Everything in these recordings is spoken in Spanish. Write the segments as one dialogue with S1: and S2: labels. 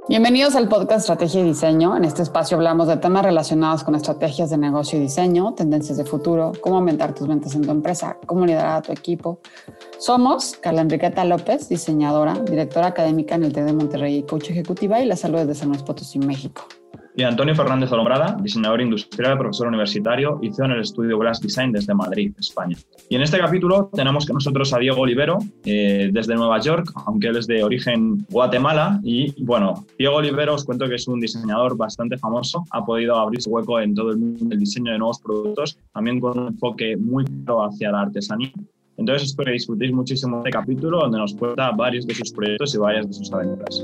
S1: Bienvenidos al podcast Estrategia y Diseño. En este espacio hablamos de temas relacionados con estrategias de negocio y diseño, tendencias de futuro, cómo aumentar tus ventas en tu empresa, cómo liderar a tu equipo. Somos Carla Enriqueta López, diseñadora, directora académica en el TEC de Monterrey y coach ejecutiva, y la salud desde San Luis Potosí, México.
S2: Y Antonio Fernández Alombrada, diseñador industrial, profesor universitario y CEO en el estudio Glass Design desde Madrid, España. Y en este capítulo tenemos con nosotros a Diego Olivero, desde Nueva York, aunque él es de origen Guatemala. Y bueno, Diego Olivero, os cuento que es un diseñador bastante famoso, ha podido abrir su hueco en todo el mundo del diseño de nuevos productos, también con un enfoque muy claro hacia la artesanía. Entonces espero que disfrutéis muchísimo este capítulo, donde nos cuenta varios de sus proyectos y varias de sus aventuras.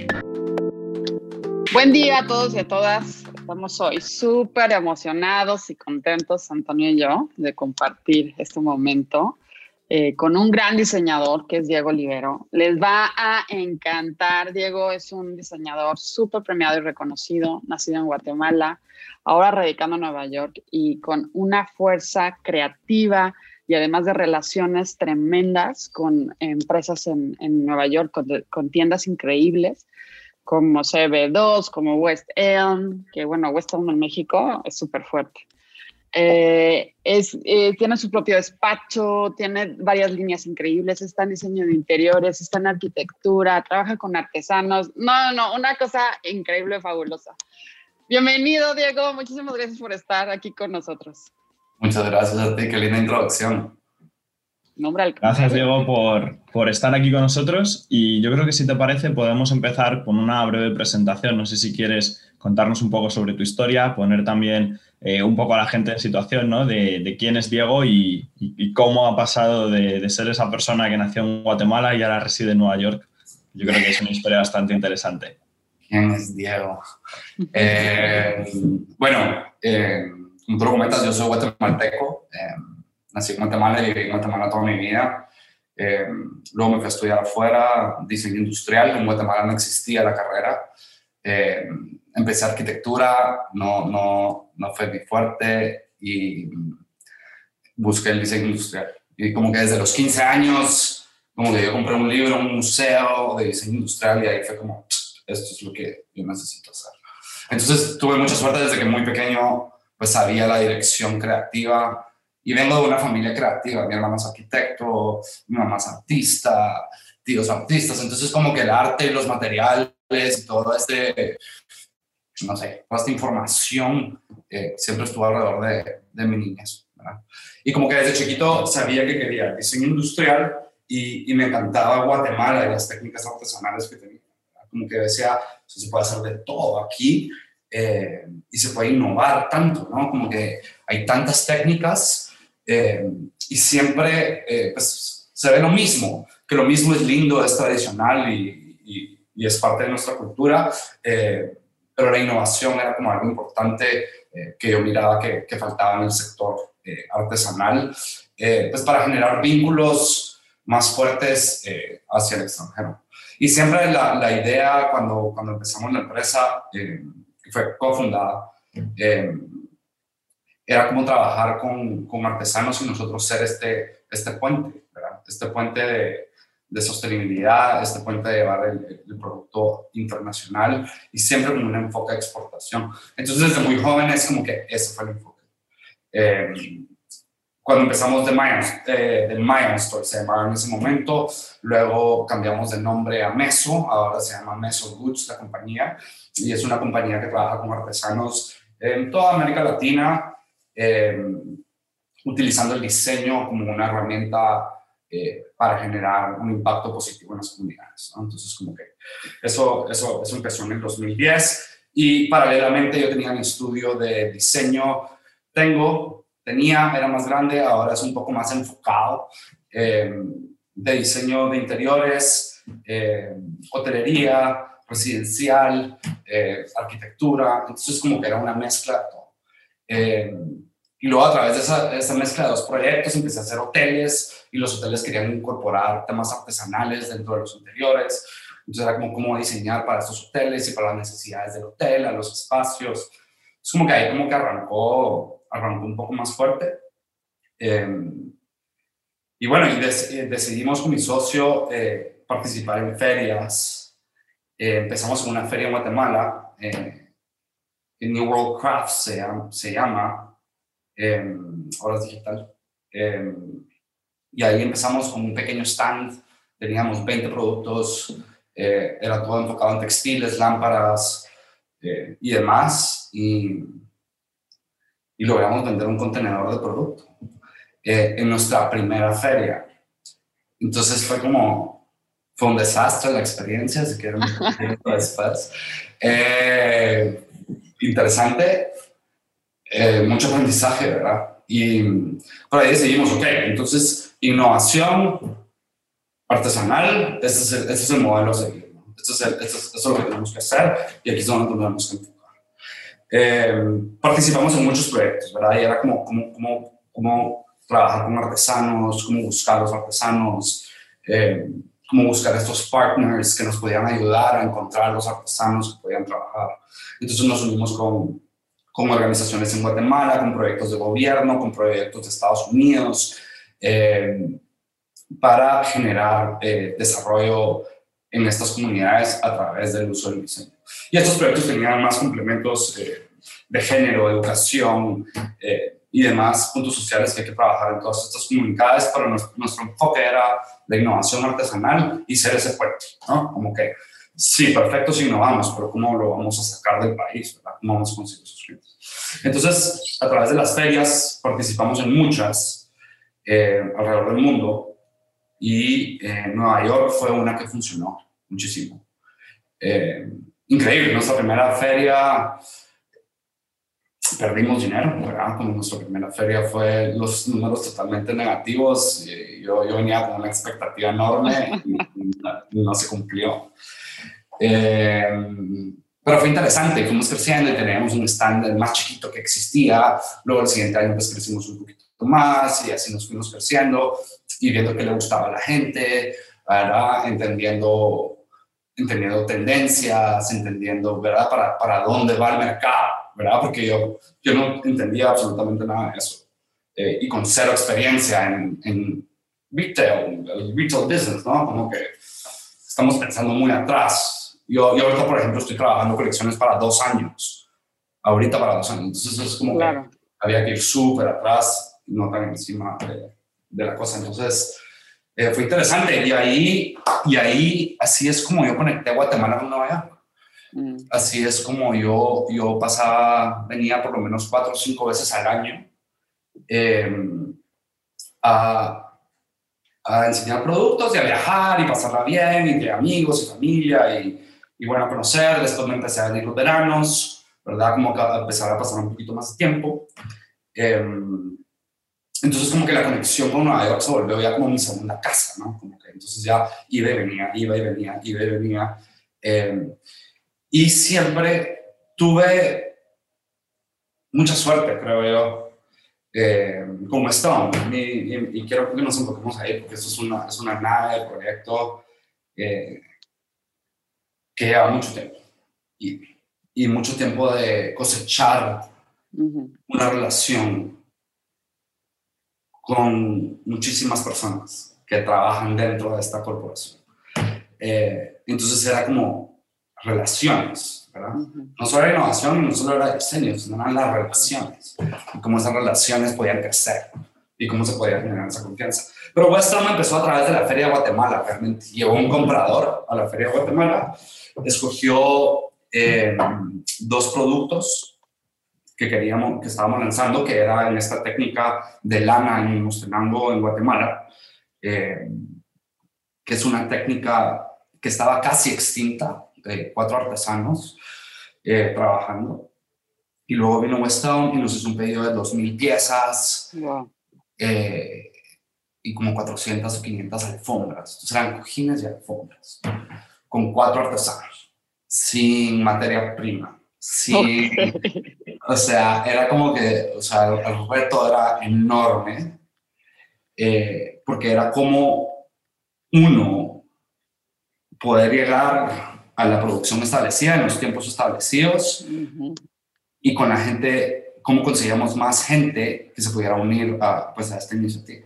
S1: Buen día a todos y a todas. Estamos hoy súper emocionados y contentos, Antonio y yo, de compartir este momento con un gran diseñador que es Diego Olivero. Les va a encantar. Diego es un diseñador súper premiado y reconocido, nacido en Guatemala, ahora radicando en Nueva York y con una fuerza creativa y además de relaciones tremendas con empresas en Nueva York, con tiendas increíbles, como CB2, como West Elm, que bueno, West Elm en México es súper fuerte. Tiene su propio despacho, tiene varias líneas increíbles, está en diseño de interiores, está en arquitectura, trabaja con artesanos. No, una cosa increíble, fabulosa. Bienvenido, Diego, muchísimas gracias por estar aquí con nosotros.
S3: Muchas gracias a ti, qué linda introducción.
S2: Gracias, Diego, por estar aquí con nosotros, y yo creo que, si te parece, podemos empezar con una breve presentación. No sé si quieres contarnos un poco sobre tu historia, poner también un poco a la gente en situación, ¿no? de quién es Diego y cómo ha pasado de ser esa persona que nació en Guatemala y ahora reside en Nueva York. Yo creo que es una historia bastante interesante.
S3: ¿Quién es Diego? Bueno, como tú lo comentas, yo soy guatemalteco. Nací en Guatemala y viví en Guatemala toda mi vida. Luego me fui a estudiar afuera, diseño industrial. En Guatemala no existía la carrera. Empecé arquitectura, no fue mi fuerte, y busqué el diseño industrial. Y como que desde los 15 años, como que yo compré un libro en un museo de diseño industrial, y ahí fue como, esto es lo que yo necesito hacer. Entonces tuve mucha suerte desde que muy pequeño, pues sabía la dirección creativa. Y vengo de una familia creativa. Mi hermano es arquitecto, mi mamá es artista, tíos artistas. Entonces, como que el arte y los materiales y todo no sé, toda esta información siempre estuvo alrededor de mi niñez, ¿verdad? Y como que desde chiquito sabía que quería diseño industrial, y me encantaba Guatemala y las técnicas artesanales que tenía, ¿verdad? Como que decía, se puede hacer de todo aquí, y se puede innovar tanto, ¿no? Como que hay tantas técnicas. Y siempre pues, se ve lo mismo, que lo mismo es lindo, es tradicional y es parte de nuestra cultura, pero la innovación era como algo importante que yo miraba que faltaba en el sector artesanal, pues para generar vínculos más fuertes hacia el extranjero. Y siempre la idea cuando empezamos la empresa, que fue cofundada, era como trabajar con artesanos y nosotros ser este puente, ¿verdad? Este puente de sostenibilidad, este puente de llevar el producto internacional, y siempre con un enfoque de exportación. Entonces, desde muy jóvenes, como que ese fue el enfoque. Cuando empezamos del Mayan Store, se llamaba en ese momento, luego cambiamos de nombre a Meso, ahora se llama Meso Goods, la compañía, y es una compañía que trabaja con artesanos en toda América Latina, utilizando el diseño como una herramienta para generar un impacto positivo en las comunidades, ¿no? Entonces, como que eso empezó en el 2010, y paralelamente yo tenía mi estudio de diseño. Era más grande, ahora es un poco más enfocado, de diseño de interiores, hotelería, residencial, arquitectura. Entonces, como que era una mezcla de todo. Y luego, a través de esa mezcla de dos proyectos, empecé a hacer hoteles, y los hoteles querían incorporar temas artesanales dentro de los interiores. Entonces era como cómo diseñar para estos hoteles y para las necesidades del hotel, a los espacios. Es como que ahí como que arrancó un poco más fuerte. Y bueno, decidimos con mi socio participar en ferias empezamos en una feria en Guatemala, en New World Crafts se llama, ahora es digital. Y ahí empezamos con un pequeño stand, teníamos 20 productos, era todo enfocado en textiles, lámparas y demás, y logramos vender un contenedor de producto en nuestra primera feria. Entonces fue un desastre la experiencia, si quieren después. Interesante, mucho aprendizaje, ¿verdad? Y por ahí decidimos, ok, entonces innovación artesanal, este es el modelo a seguir, ¿no? Esto es lo que tenemos que hacer y aquí es donde nos tenemos que enfocar. Participamos en muchos proyectos, ¿verdad? Y era como trabajar con artesanos, cómo buscar a los artesanos, cómo buscar estos partners que nos podían ayudar a encontrar los artesanos que podían trabajar. Entonces nos unimos con organizaciones en Guatemala, con proyectos de gobierno, con proyectos de Estados Unidos, para generar desarrollo en estas comunidades a través del uso del diseño. Y estos proyectos tenían más complementos de género, educación y demás puntos sociales que hay que trabajar en todas estas comunidades, pero nuestro enfoque era la innovación artesanal y ser ese puente, ¿no? Como que, sí, perfecto si innovamos, pero ¿cómo lo vamos a sacar del país, ¿verdad? ¿Cómo vamos a conseguir esos clientes? Entonces, a través de las ferias participamos en muchas alrededor del mundo y Nueva York fue una que funcionó muchísimo. Increíble, nuestra primera feria perdimos dinero, ¿verdad? Como nuestra primera feria fue los números totalmente negativos. Yo venía con una expectativa enorme y no se cumplió. Pero fue interesante, fuimos creciendo y teníamos un stand el más chiquito que existía. Luego el siguiente año pues crecimos un poquito más y así nos fuimos creciendo y viendo que le gustaba a la gente, ¿verdad? Entendiendo tendencias, entendiendo, ¿verdad? Para dónde va el mercado, ¿verdad? Porque yo no entendía absolutamente nada de eso. Y con cero experiencia en retail business, ¿no? Como que estamos pensando muy atrás. Yo ahorita, por ejemplo, estoy trabajando colecciones para 2 años. Ahorita para 2 años. Entonces es como claro, que había que ir súper atrás, no tan encima de la cosa. Entonces fue interesante. Y ahí así es como yo conecté a Guatemala con Nueva York. Así es como yo venía por lo menos 4 o 5 veces al año a enseñar productos y a viajar y pasarla bien entre amigos y familia y bueno, a conocer. Después me empecé a venir los veranos, ¿verdad? Como que empezar a pasar un poquito más de tiempo. Entonces como que la conexión con Nueva York se volvió ya como mi segunda casa, ¿no? Como que entonces ya iba y venía. Y siempre tuve mucha suerte, creo yo, como Stone. Y quiero que nos enfoquemos ahí, porque esto es una nave de proyecto que lleva mucho tiempo. Y mucho tiempo de cosechar una relación con muchísimas personas que trabajan dentro de esta corporación. Entonces era como relaciones, ¿verdad? No solo era innovación y no solo era diseño, sino eran las relaciones y cómo esas relaciones podían crecer y cómo se podía generar esa confianza. Pero Western empezó a través de la Feria de Guatemala, realmente. Llegó un comprador a la Feria de Guatemala, escogió 2 productos que estábamos lanzando, que era en esta técnica de lana en Mostenango, en Guatemala, que es una técnica que estaba casi extinta, 4 artesanos trabajando. Y luego vino Westone y nos hizo un pedido de 2,000 piezas, wow. Y como 400 o 500 alfombras. Entonces eran cojines y alfombras, con 4 artesanos, sin materia prima. Sí, okay. O sea, era como que, o sea, el reto era enorme, porque era como uno poder llegar a la producción establecida en los tiempos establecidos y con la gente, cómo conseguíamos más gente que se pudiera unir a esta iniciativa.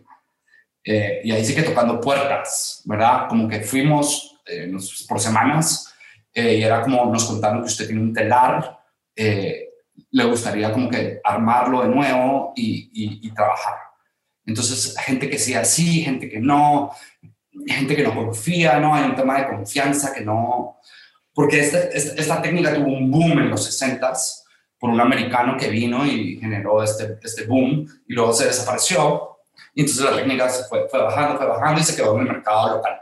S3: Y ahí sí que tocando puertas, ¿verdad? Como que fuimos por semanas y era como nos contaron que usted tiene un telar, le gustaría como que armarlo de nuevo y trabajar. Entonces, gente que sea así, gente que no confía, ¿no? Hay un tema de confianza que no... Porque esta técnica tuvo un boom en los 60s por un americano que vino y generó este boom y luego se desapareció. Y entonces la técnica se fue bajando y se quedó en el mercado local.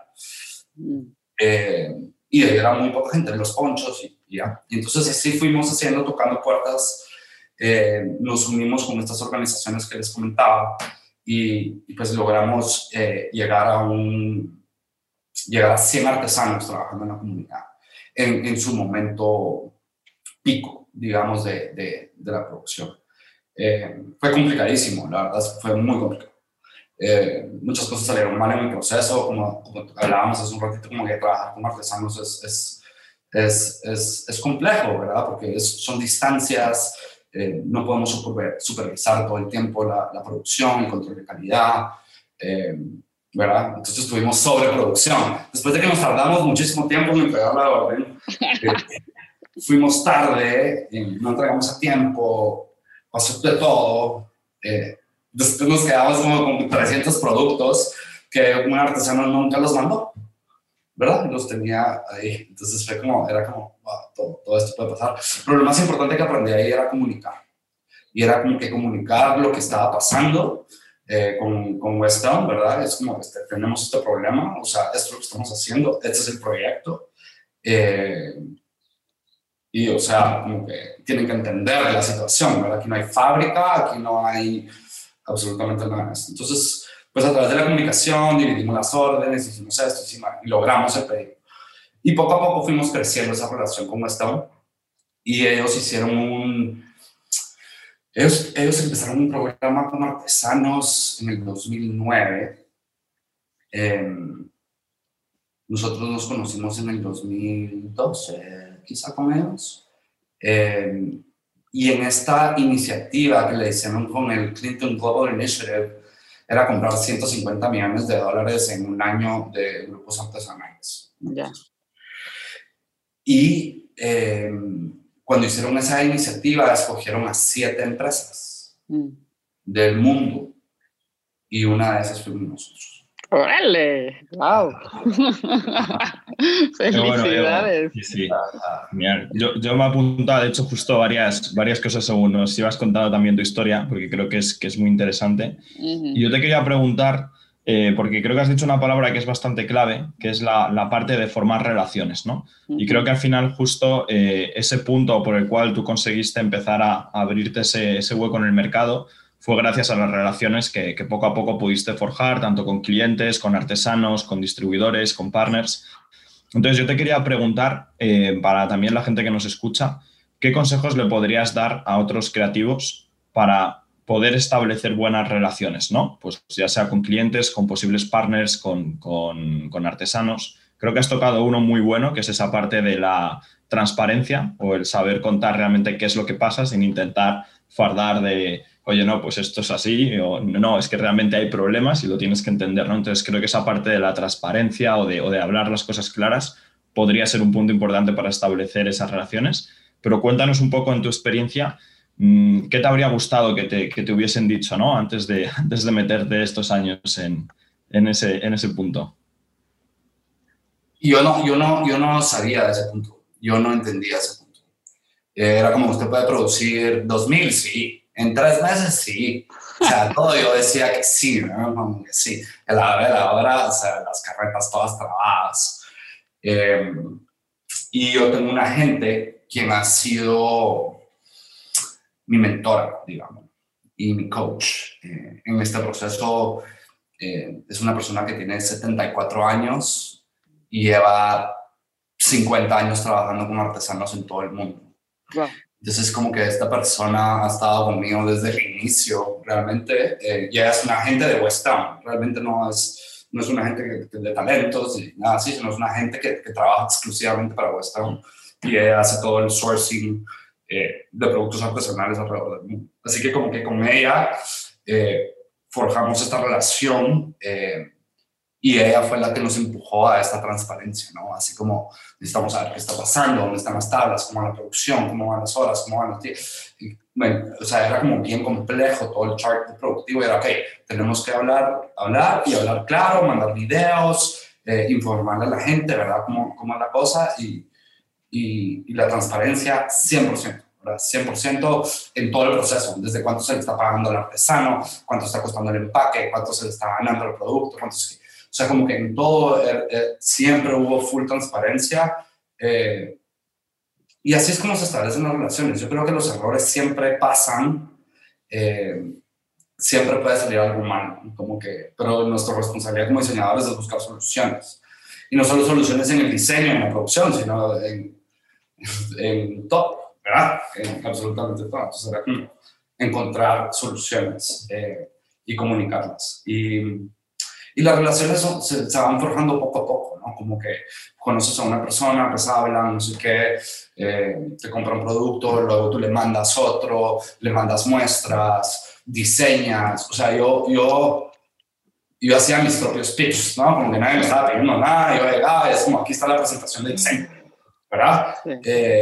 S3: Y de ahí era muy poca gente en los ponchos y ya. Y entonces así fuimos tocando puertas. Nos unimos con estas organizaciones que les comentaba y pues logramos llegar a 100 artesanos trabajando en la comunidad en su momento pico, digamos, de la producción. Fue complicadísimo, la verdad, fue muy complicado. Muchas cosas salieron mal en el proceso, como hablábamos hace un ratito, como que trabajar con artesanos es complejo, ¿verdad? Porque son distancias, no podemos supervisar todo el tiempo la producción, el control de calidad, ¿verdad? Entonces tuvimos sobreproducción. Después de que nos tardamos muchísimo tiempo en entregar la orden, fuimos tarde, no entregamos a tiempo, pasó de todo. Después nos quedamos como con 300 productos que un artesano nunca los mandó, ¿verdad? Los tenía ahí. Entonces era como, wow, todo esto puede pasar. Pero lo más importante que aprendí ahí era comunicar. Y era como que comunicar lo que estaba pasando con Weston, ¿verdad? Es como, tenemos este problema, o sea, esto es lo que estamos haciendo, este es el proyecto. Y, o sea, como que tienen que entender la situación, ¿verdad? Aquí no hay fábrica, aquí no hay absolutamente nada de esto. Entonces, pues a través de la comunicación dividimos las órdenes, hicimos esto y logramos el pedido. Y poco a poco fuimos creciendo esa relación con Weston y ellos hicieron ellos empezaron un programa con artesanos en el 2009. Nosotros nos conocimos en el 2012, quizá con ellos. Y en esta iniciativa que le hicieron con el Clinton Global Initiative, era comprar $150 millones en un año de grupos artesanales.
S1: Yeah.
S3: Y cuando hicieron esa iniciativa, escogieron a 7 empresas del mundo y una de esas fuimos nosotros.
S1: ¡Órale! ¡Wow! ¡Felicidades!
S2: Bueno, sí. Genial. Yo me he apuntado, de hecho, justo varias cosas según nos ibas contando también tu historia, porque creo que es muy interesante. Y yo te quería preguntar, porque creo que has dicho una palabra que es bastante clave, que es la parte de formar relaciones, ¿no? Y creo que al final justo ese punto por el cual tú conseguiste empezar a abrirte ese hueco en el mercado fue gracias a las relaciones que poco a poco pudiste forjar, tanto con clientes, con artesanos, con distribuidores, con partners. Entonces yo te quería preguntar, para también la gente que nos escucha, ¿qué consejos le podrías dar a otros creativos para poder establecer buenas relaciones, ¿no? Pues ya sea con clientes, con posibles partners, con artesanos. Creo que has tocado uno muy bueno, que es esa parte de la transparencia o el saber contar realmente qué es lo que pasa sin intentar fardar de, oye, no, pues esto es así, o no, es que realmente hay problemas y lo tienes que entender, ¿no? Entonces creo que esa parte de la transparencia o de hablar las cosas claras podría ser un punto importante para establecer esas relaciones. Pero cuéntanos un poco en tu experiencia, ¿qué te habría gustado que te hubiesen dicho, ¿no? Antes de meterte estos años en ese punto.
S3: Yo no sabía de ese punto. Yo no entendía ese punto. Era como, usted puede producir 2,000, sí. En 3 meses, sí. O sea, todo yo decía que sí, ¿no? Como que sí. A la hora de la hora, o sea, las carretas todas trabadas. Y yo tengo una gente quien ha sido mi mentora, digamos, y mi coach en este proceso. Es una persona que tiene 74 años y lleva 50 años trabajando con artesanos en todo el mundo.
S1: Wow.
S3: Entonces, como que esta persona ha estado conmigo desde el inicio, realmente. Ya es un agente de Weston, realmente no es un agente de talentos y nada así, sino es un agente que trabaja exclusivamente para Weston y hace todo el sourcing de productos artesanales alrededor del mundo. Así que como que con ella forjamos esta relación Y ella fue la que nos empujó a esta transparencia, ¿no? Así como necesitamos saber qué está pasando, dónde están las tablas, cómo va la producción, cómo van las horas, cómo van los días. Bueno, o sea, era como bien complejo todo el chart productivo. Y era, ok, tenemos que hablar y hablar claro, mandar videos, informarle a la gente, ¿verdad? Cómo es la cosa y la transparencia 100%. ¿Verdad? 100% en todo el proceso, desde cuánto se le está pagando al artesano, cuánto está costando el empaque, cuánto se le está ganando el producto, o sea, como que en todo siempre hubo full transparencia y así es como se establecen las relaciones. Yo creo que los errores siempre pasan, siempre puede salir algo mal, como que, pero nuestra responsabilidad como diseñadores es buscar soluciones. Y no solo soluciones en el diseño, en la producción, sino en todo. ¿Verdad? En absolutamente todo. Entonces era como encontrar soluciones y comunicarlas. Y las relaciones se van forjando poco a poco, ¿no? Como que conoces a una persona, pues hablan, no sé qué, te compra un producto, luego tú le mandas otro, le mandas muestras, diseñas. O sea, yo hacía mis propios pitches, ¿no? Como que nadie me estaba pidiendo nada, yo llegaba, es como aquí está la presentación de diseño, ¿verdad? Sí.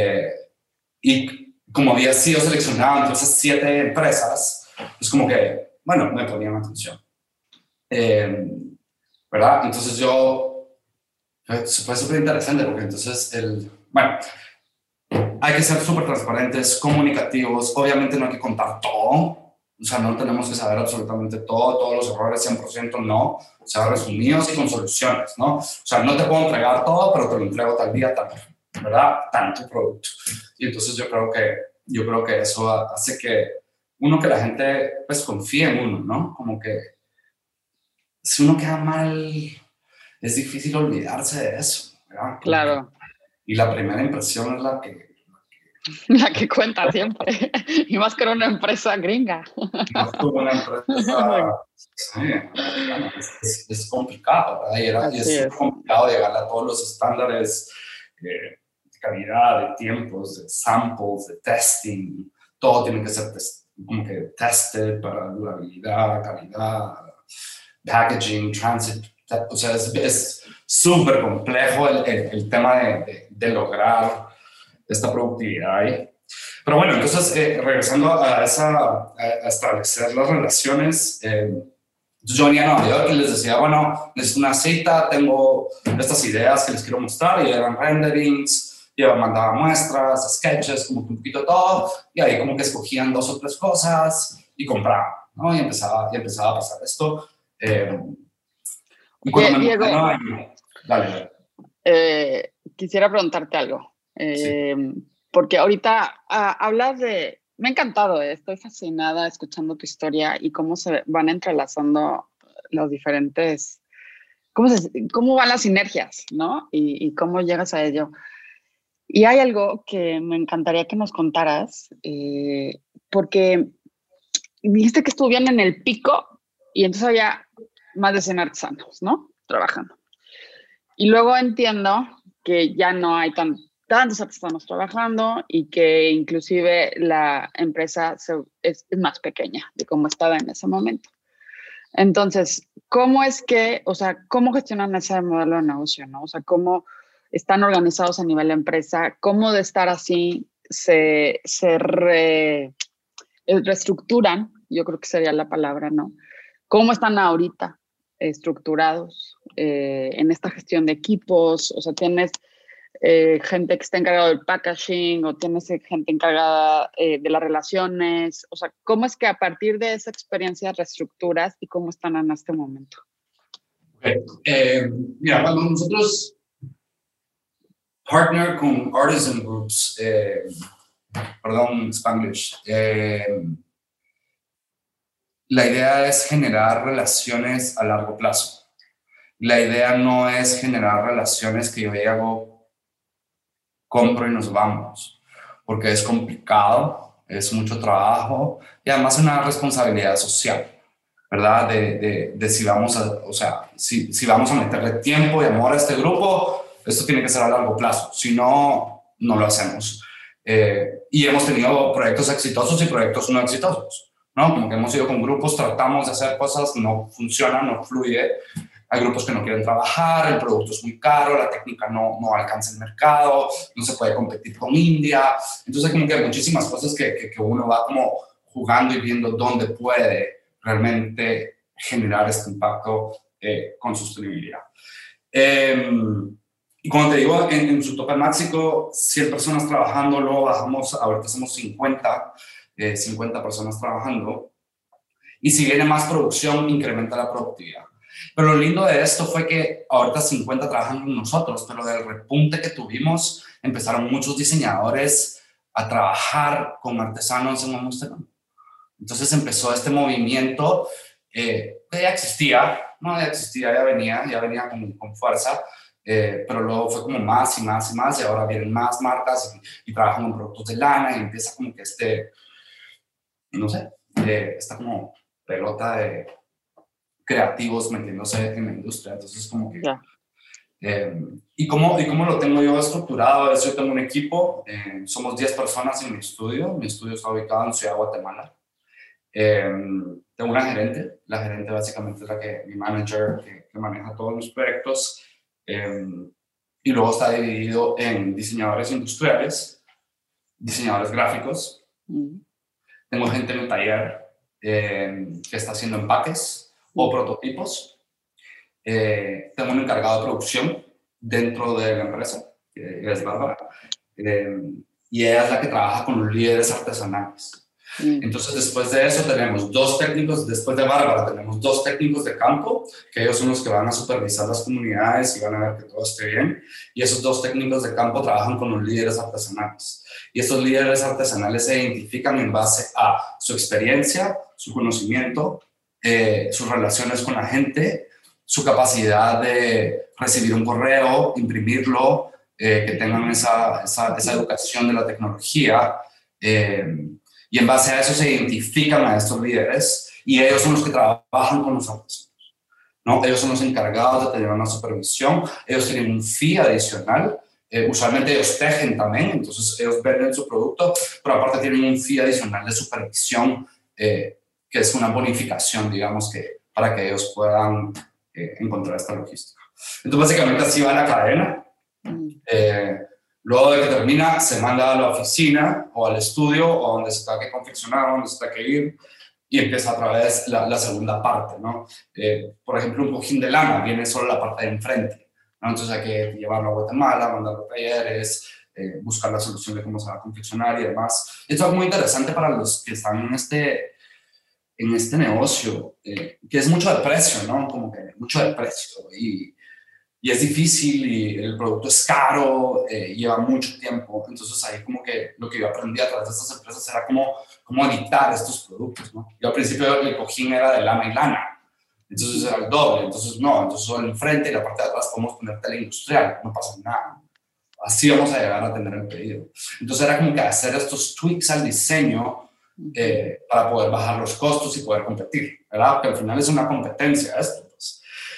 S3: Y como había sido seleccionado entre esas 7 empresas, es como que, bueno, me ponían atención. ¿Verdad? Entonces fue súper interesante porque entonces, bueno, hay que ser súper transparentes, comunicativos, obviamente no hay que contar todo, o sea, no tenemos que saber absolutamente todo, todos los errores 100% no, o sea, resumidos y con soluciones, ¿no? O sea, no te puedo entregar todo, pero te lo entrego tal día, tal, ¿verdad? Tanto producto. Y entonces yo creo que eso hace que la gente pues confíe en uno, ¿no? Como que si uno queda mal, es difícil olvidarse de eso, ¿verdad?
S1: Claro.
S3: Y la primera impresión es la
S1: que cuenta siempre. Y más que una empresa gringa.
S3: Más que una empresa, sí, es complicado, ¿verdad? Y es complicado llegar a todos los estándares de calidad, de tiempos, de samples, de testing. Todo tiene que ser como que tested para durabilidad, calidad, packaging, transit. O sea, es súper complejo el tema de lograr esta productividad ahí. Pero bueno, entonces, regresando a establecer las relaciones, yo venía a Nueva York y les decía, bueno, necesito una cita, tengo estas ideas que les quiero mostrar, y eran renderings, yo mandaba muestras, sketches, como que un poquito todo, y ahí como que escogían 2 o 3 cosas y compraban, ¿no? Y empezaba a pasar esto. Y cuando
S1: Diego,
S3: dale.
S1: Quisiera preguntarte algo.
S3: Sí.
S1: Porque ahorita hablas de... Me ha encantado, estoy fascinada escuchando tu historia y cómo se van entrelazando los diferentes... Cómo van las sinergias, ¿no? Y cómo llegas a ello. Y hay algo que me encantaría que nos contaras, porque dijiste que estuvieron en el pico y entonces había más de 100 artesanos, ¿no? Trabajando. Y luego entiendo que ya no hay tantos artesanos trabajando y que inclusive la empresa es más pequeña de cómo estaba en ese momento. Entonces, ¿cómo es que, o sea, cómo gestionan ese modelo de negocio, ¿no? O sea, ¿cómo están organizados a nivel de empresa? ¿Cómo de estar así se reestructuran? Yo creo que sería la palabra, ¿no? ¿Cómo están ahorita estructurados en esta gestión de equipos? O sea, tienes gente que está encargada del packaging o tienes gente encargada de las relaciones. O sea, ¿cómo es que a partir de esa experiencia reestructuras y cómo están en este momento?
S3: Okay. Mira, cuando nosotros partner con artisan groups, perdón, Spanglish, la idea es generar relaciones a largo plazo. La idea no es generar relaciones que yo llego, compro y nos vamos, porque es complicado, es mucho trabajo y además una responsabilidad social, ¿verdad? De si vamos a, o sea, si vamos a meterle tiempo y amor a este grupo, esto tiene que ser a largo plazo, si no, no lo hacemos. Y hemos tenido proyectos exitosos y proyectos no exitosos, ¿no? Como que hemos ido con grupos, tratamos de hacer cosas, no funciona, no fluye. hay grupos que no quieren trabajar, el producto es muy caro, la técnica no alcanza el mercado, no se puede competir con India. Entonces como que hay muchísimas cosas que uno va como jugando y viendo dónde puede realmente generar este impacto con sostenibilidad. Y como te digo, en Zootopia Máxico, 100 personas trabajando, luego bajamos, ahorita somos 50 personas trabajando. Y si viene más producción, incrementa la productividad. Pero lo lindo de esto fue que ahorita 50 trabajan con nosotros, pero del repunte que tuvimos, empezaron muchos diseñadores a trabajar con artesanos en Amsterdam. Entonces empezó este movimiento que ya existía, ya venía con fuerza, pero luego fue como más y más y más, y ahora vienen más marcas y trabajan con productos de lana, y empieza como que esta como pelota de creativos metiéndose en la industria. Entonces como que ¿y cómo lo tengo yo estructurado? Yo tengo un equipo, somos 10 personas en mi estudio está ubicado en Ciudad de Guatemala. Tengo una gerente, la gerente básicamente es mi manager que maneja todos los proyectos, y luego está dividido en diseñadores industriales, diseñadores gráficos. Tengo gente en el taller que está haciendo empaques o prototipos. Tengo un encargado de producción dentro de la empresa, que es Bárbara, y ella es la que trabaja con los líderes artesanales. Entonces, después de eso tenemos 2 técnicos, después de Bárbara tenemos 2 técnicos de campo, que ellos son los que van a supervisar las comunidades y van a ver que todo esté bien, y esos 2 técnicos de campo trabajan con los líderes artesanales. Y estos líderes artesanales se identifican en base a su experiencia, su conocimiento, sus relaciones con la gente, su capacidad de recibir un correo, imprimirlo, que tengan esa educación de la tecnología, y en base a eso se identifican a estos líderes y ellos son los que trabajan con los artesanos, ¿no? Ellos son los encargados de tener una supervisión, ellos tienen un fee adicional, usualmente ellos tejen también, entonces ellos venden su producto, pero aparte tienen un fee adicional de supervisión, que es una bonificación, digamos, para que ellos puedan encontrar esta logística. Entonces básicamente así va la cadena. Luego de que termina, se manda a la oficina o al estudio o donde se tenga que confeccionar, donde se tenga que ir, y empieza otra vez la segunda parte, ¿no? Por ejemplo, un cojín de lana viene solo la parte de enfrente, ¿no? Entonces hay que llevarlo a Guatemala, mandarlo a talleres, buscar la solución de cómo se va a confeccionar y demás. Esto es muy interesante para los que están en este negocio, que es mucho de precio, ¿no? Como que mucho de precio y es difícil y el producto es caro, lleva mucho tiempo. Entonces ahí como que lo que yo aprendí a través de estas empresas era cómo editar estos productos, ¿no? Yo al principio el cojín era de lana y lana, entonces era el doble, entonces solo el frente y la parte de atrás podemos poner tela industrial, no pasa nada. Así vamos a llegar a tener el pedido. Entonces era como que hacer estos tweaks al diseño para poder bajar los costos y poder competir, ¿verdad? Porque al final es una competencia esto, pues.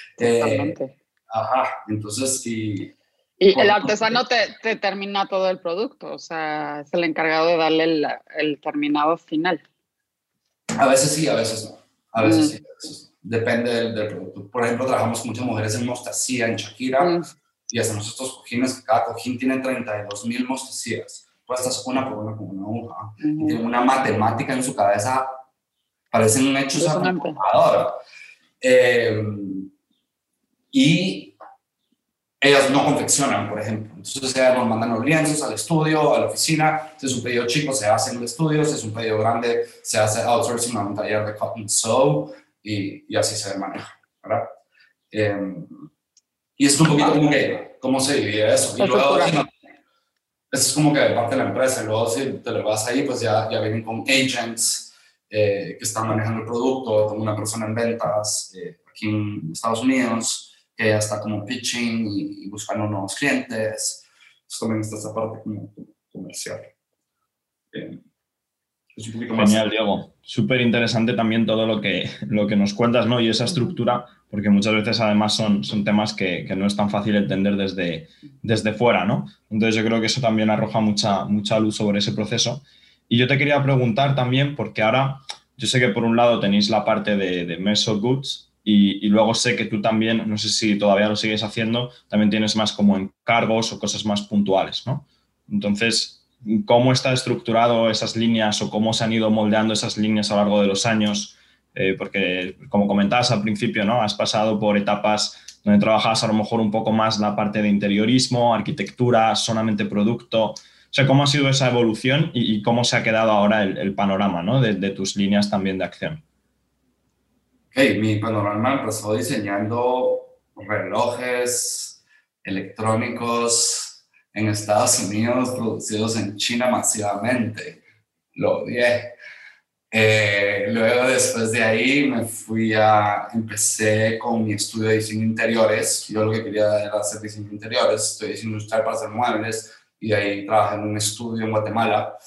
S3: Ajá, entonces
S1: y el artesano te termina todo el producto, o sea, es el encargado de darle el terminado final.
S3: A veces sí, a veces no. A veces sí, a veces no. Depende del producto. Por ejemplo, trabajamos con muchas mujeres en mostacía, en Shakira, y hacemos estos cojines, que cada cojín tiene 32,000 mostacías. Puestas una por una con una aguja. Y tienen una matemática en su cabeza, parecen hechos a computadora. Y ellas no confeccionan, por ejemplo. Entonces ellas nos mandan los lienzos al estudio, a la oficina. Si es un pedido chico, se hace en el estudio. Si es un pedido grande, se hace outsourcing a un taller de cut and sew y así se maneja, ¿verdad? Y es un poquito como que cómo se divide eso. Y luego, eso es como que parte de la empresa. Y luego si te lo vas ahí, pues ya vienen con agents que están manejando el producto. Tengo una persona en ventas aquí en Estados Unidos que ya está como pitching y buscando nuevos clientes. Entonces también está esa parte como comercial. Es un poquito más...
S2: Genial, Diego. Súper interesante también todo lo que nos cuentas, ¿no? Y esa estructura, porque muchas veces además son temas que no es tan fácil entender desde fuera, ¿no? Entonces yo creo que eso también arroja mucha luz sobre ese proceso. Y yo te quería preguntar también, porque ahora yo sé que por un lado tenéis la parte de Meso Goods, y luego sé que tú también, no sé si todavía lo sigues haciendo, también tienes más como encargos o cosas más puntuales, ¿no? Entonces, ¿cómo está estructurado esas líneas o cómo se han ido moldeando esas líneas a lo largo de los años? Porque, como comentabas al principio, ¿no? Has pasado por etapas donde trabajabas a lo mejor un poco más la parte de interiorismo, arquitectura, solamente producto. O sea, ¿cómo ha sido esa evolución y cómo se ha quedado ahora el panorama, ¿no? de tus líneas también de acción?
S3: Ok, mi panorama empezó diseñando relojes electrónicos en Estados Unidos producidos en China masivamente. Lo odié. Luego, después de ahí, empecé con mi estudio de diseño de interiores. Yo lo que quería era hacer diseño de interiores, estoy diseño industrial para hacer muebles, y de ahí trabajé en un estudio en Guatemala.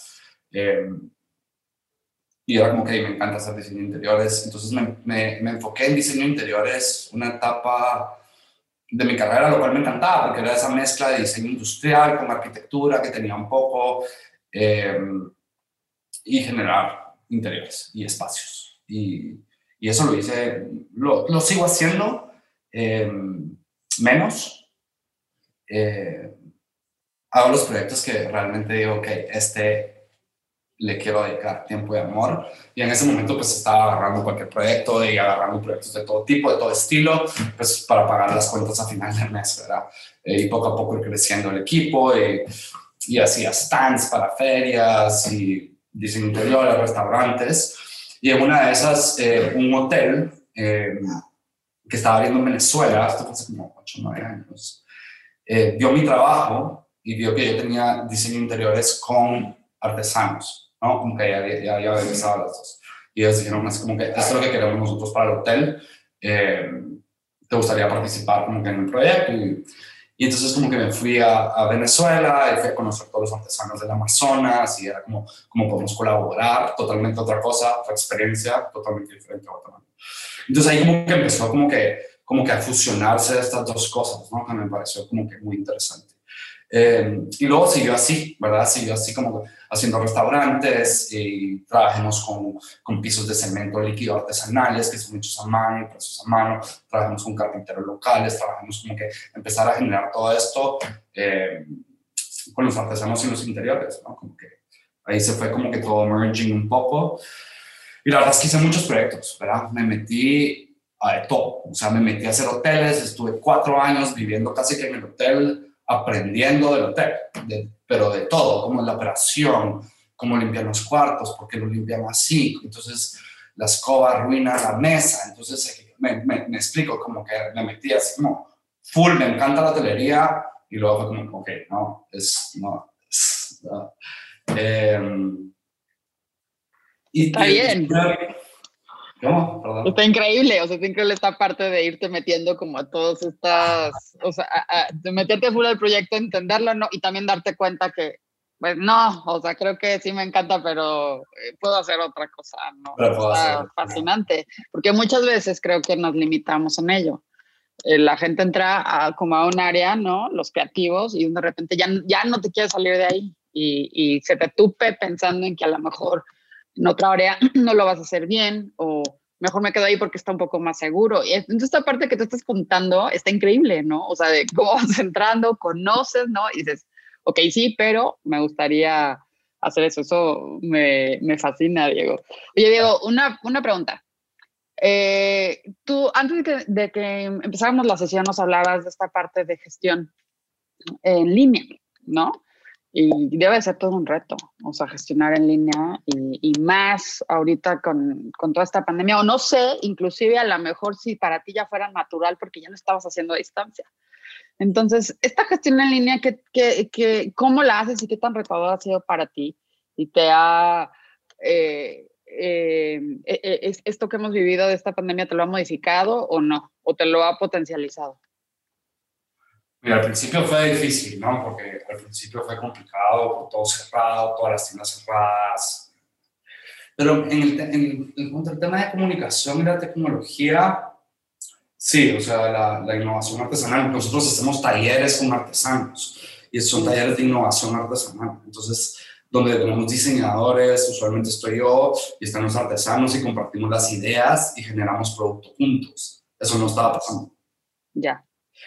S3: Y era como que me encanta hacer diseño de interiores. Entonces me enfoqué en diseño de interiores, una etapa de mi carrera, lo cual me encantaba, porque era esa mezcla de diseño industrial con arquitectura que tenía un poco, y generar interiores y espacios. Y eso lo hice, lo sigo haciendo, menos. Hago los proyectos que realmente digo, ok, le quiero dedicar tiempo y amor. Y en ese momento pues estaba agarrando cualquier proyecto y agarrando proyectos de todo tipo, de todo estilo, pues para pagar las cuentas a final del mes, ¿verdad? Y poco a poco ir creciendo el equipo y hacía stands para ferias y diseño interiores, restaurantes. Y en una de esas, un hotel que estaba abriendo en Venezuela, esto fue hace como 8 o 9 años, vio mi trabajo y vio que yo tenía diseño interiores con artesanos, ¿no? Como que ya había realizado las dos. Y ellos dijeron, es como que esto es lo que queremos nosotros para el hotel. ¿Te gustaría participar como que en el proyecto? Y entonces como que me fui a Venezuela y fui a conocer todos los artesanos del Amazonas y era como podemos colaborar, totalmente otra cosa, otra experiencia totalmente diferente a Guatemala. Entonces ahí como que empezó como que a fusionarse estas dos cosas, ¿no? Que me pareció como que muy interesante. Y luego siguió así, ¿verdad? Siguió así como haciendo restaurantes y trabajamos con pisos de cemento líquido artesanales que son hechos a mano, impresos a mano, trabajamos con carpinteros locales, trabajamos como que empezar a generar todo esto con los artesanos y los interiores, ¿no? Como que ahí se fue como que todo merging un poco. Y la verdad es que hice muchos proyectos, ¿verdad? Me metí a todo, o sea, me metí a hacer hoteles, estuve 4 años viviendo casi que en el hotel, aprendiendo del hotel, pero de todo, cómo es la operación, cómo limpian los cuartos, por qué lo limpian así, entonces la escoba arruina la mesa, entonces me explico, como que me metí así como full, me encanta la hotelería, y luego fue como, ok, no.
S1: Está bien.
S3: ¿Cómo? Perdón.
S1: Está increíble, o sea, está increíble esta parte de irte metiendo como a todas estas, o sea, de meterte full al proyecto, entenderlo, ¿no? Y también darte cuenta que, pues no, o sea, creo que sí me encanta, pero puedo hacer otra cosa, ¿no? Está fascinante, porque muchas veces creo que nos limitamos en ello. La gente entra como a un área, ¿no? Los creativos, y de repente ya no te quieres salir de ahí y se te tupe pensando en que a lo mejor en otra área no lo vas a hacer bien o mejor me quedo ahí porque está un poco más seguro. Y entonces esta parte que tú estás contando está increíble, ¿no? O sea, de cómo vas entrando, conoces, ¿no? Y dices, ok, sí, pero me gustaría hacer eso. Eso me fascina, Diego. Oye, Diego, una pregunta. Tú, antes de que empezáramos la sesión, nos hablabas de esta parte de gestión en línea, ¿no? Y debe ser todo un reto, o sea, gestionar en línea y más ahorita con toda esta pandemia, o no sé, inclusive a lo mejor si para ti ya fuera natural porque ya no estabas haciendo a distancia. Entonces, esta gestión en línea, ¿cómo la haces y qué tan retador ha sido para ti? ¿Y te ha... esto que hemos vivido de esta pandemia te lo ha modificado o no? ¿O te lo ha potencializado?
S3: Mira, al principio fue difícil, ¿no? Porque al principio fue complicado, todo cerrado, todas las tiendas cerradas. Pero en cuanto al tema de comunicación y la tecnología, sí, o sea, la innovación artesanal. Nosotros hacemos talleres con artesanos y son talleres de innovación artesanal. Entonces, donde tenemos diseñadores, usualmente estoy yo y están los artesanos y compartimos las ideas y generamos producto juntos. Eso no estaba pasando.
S1: Ya.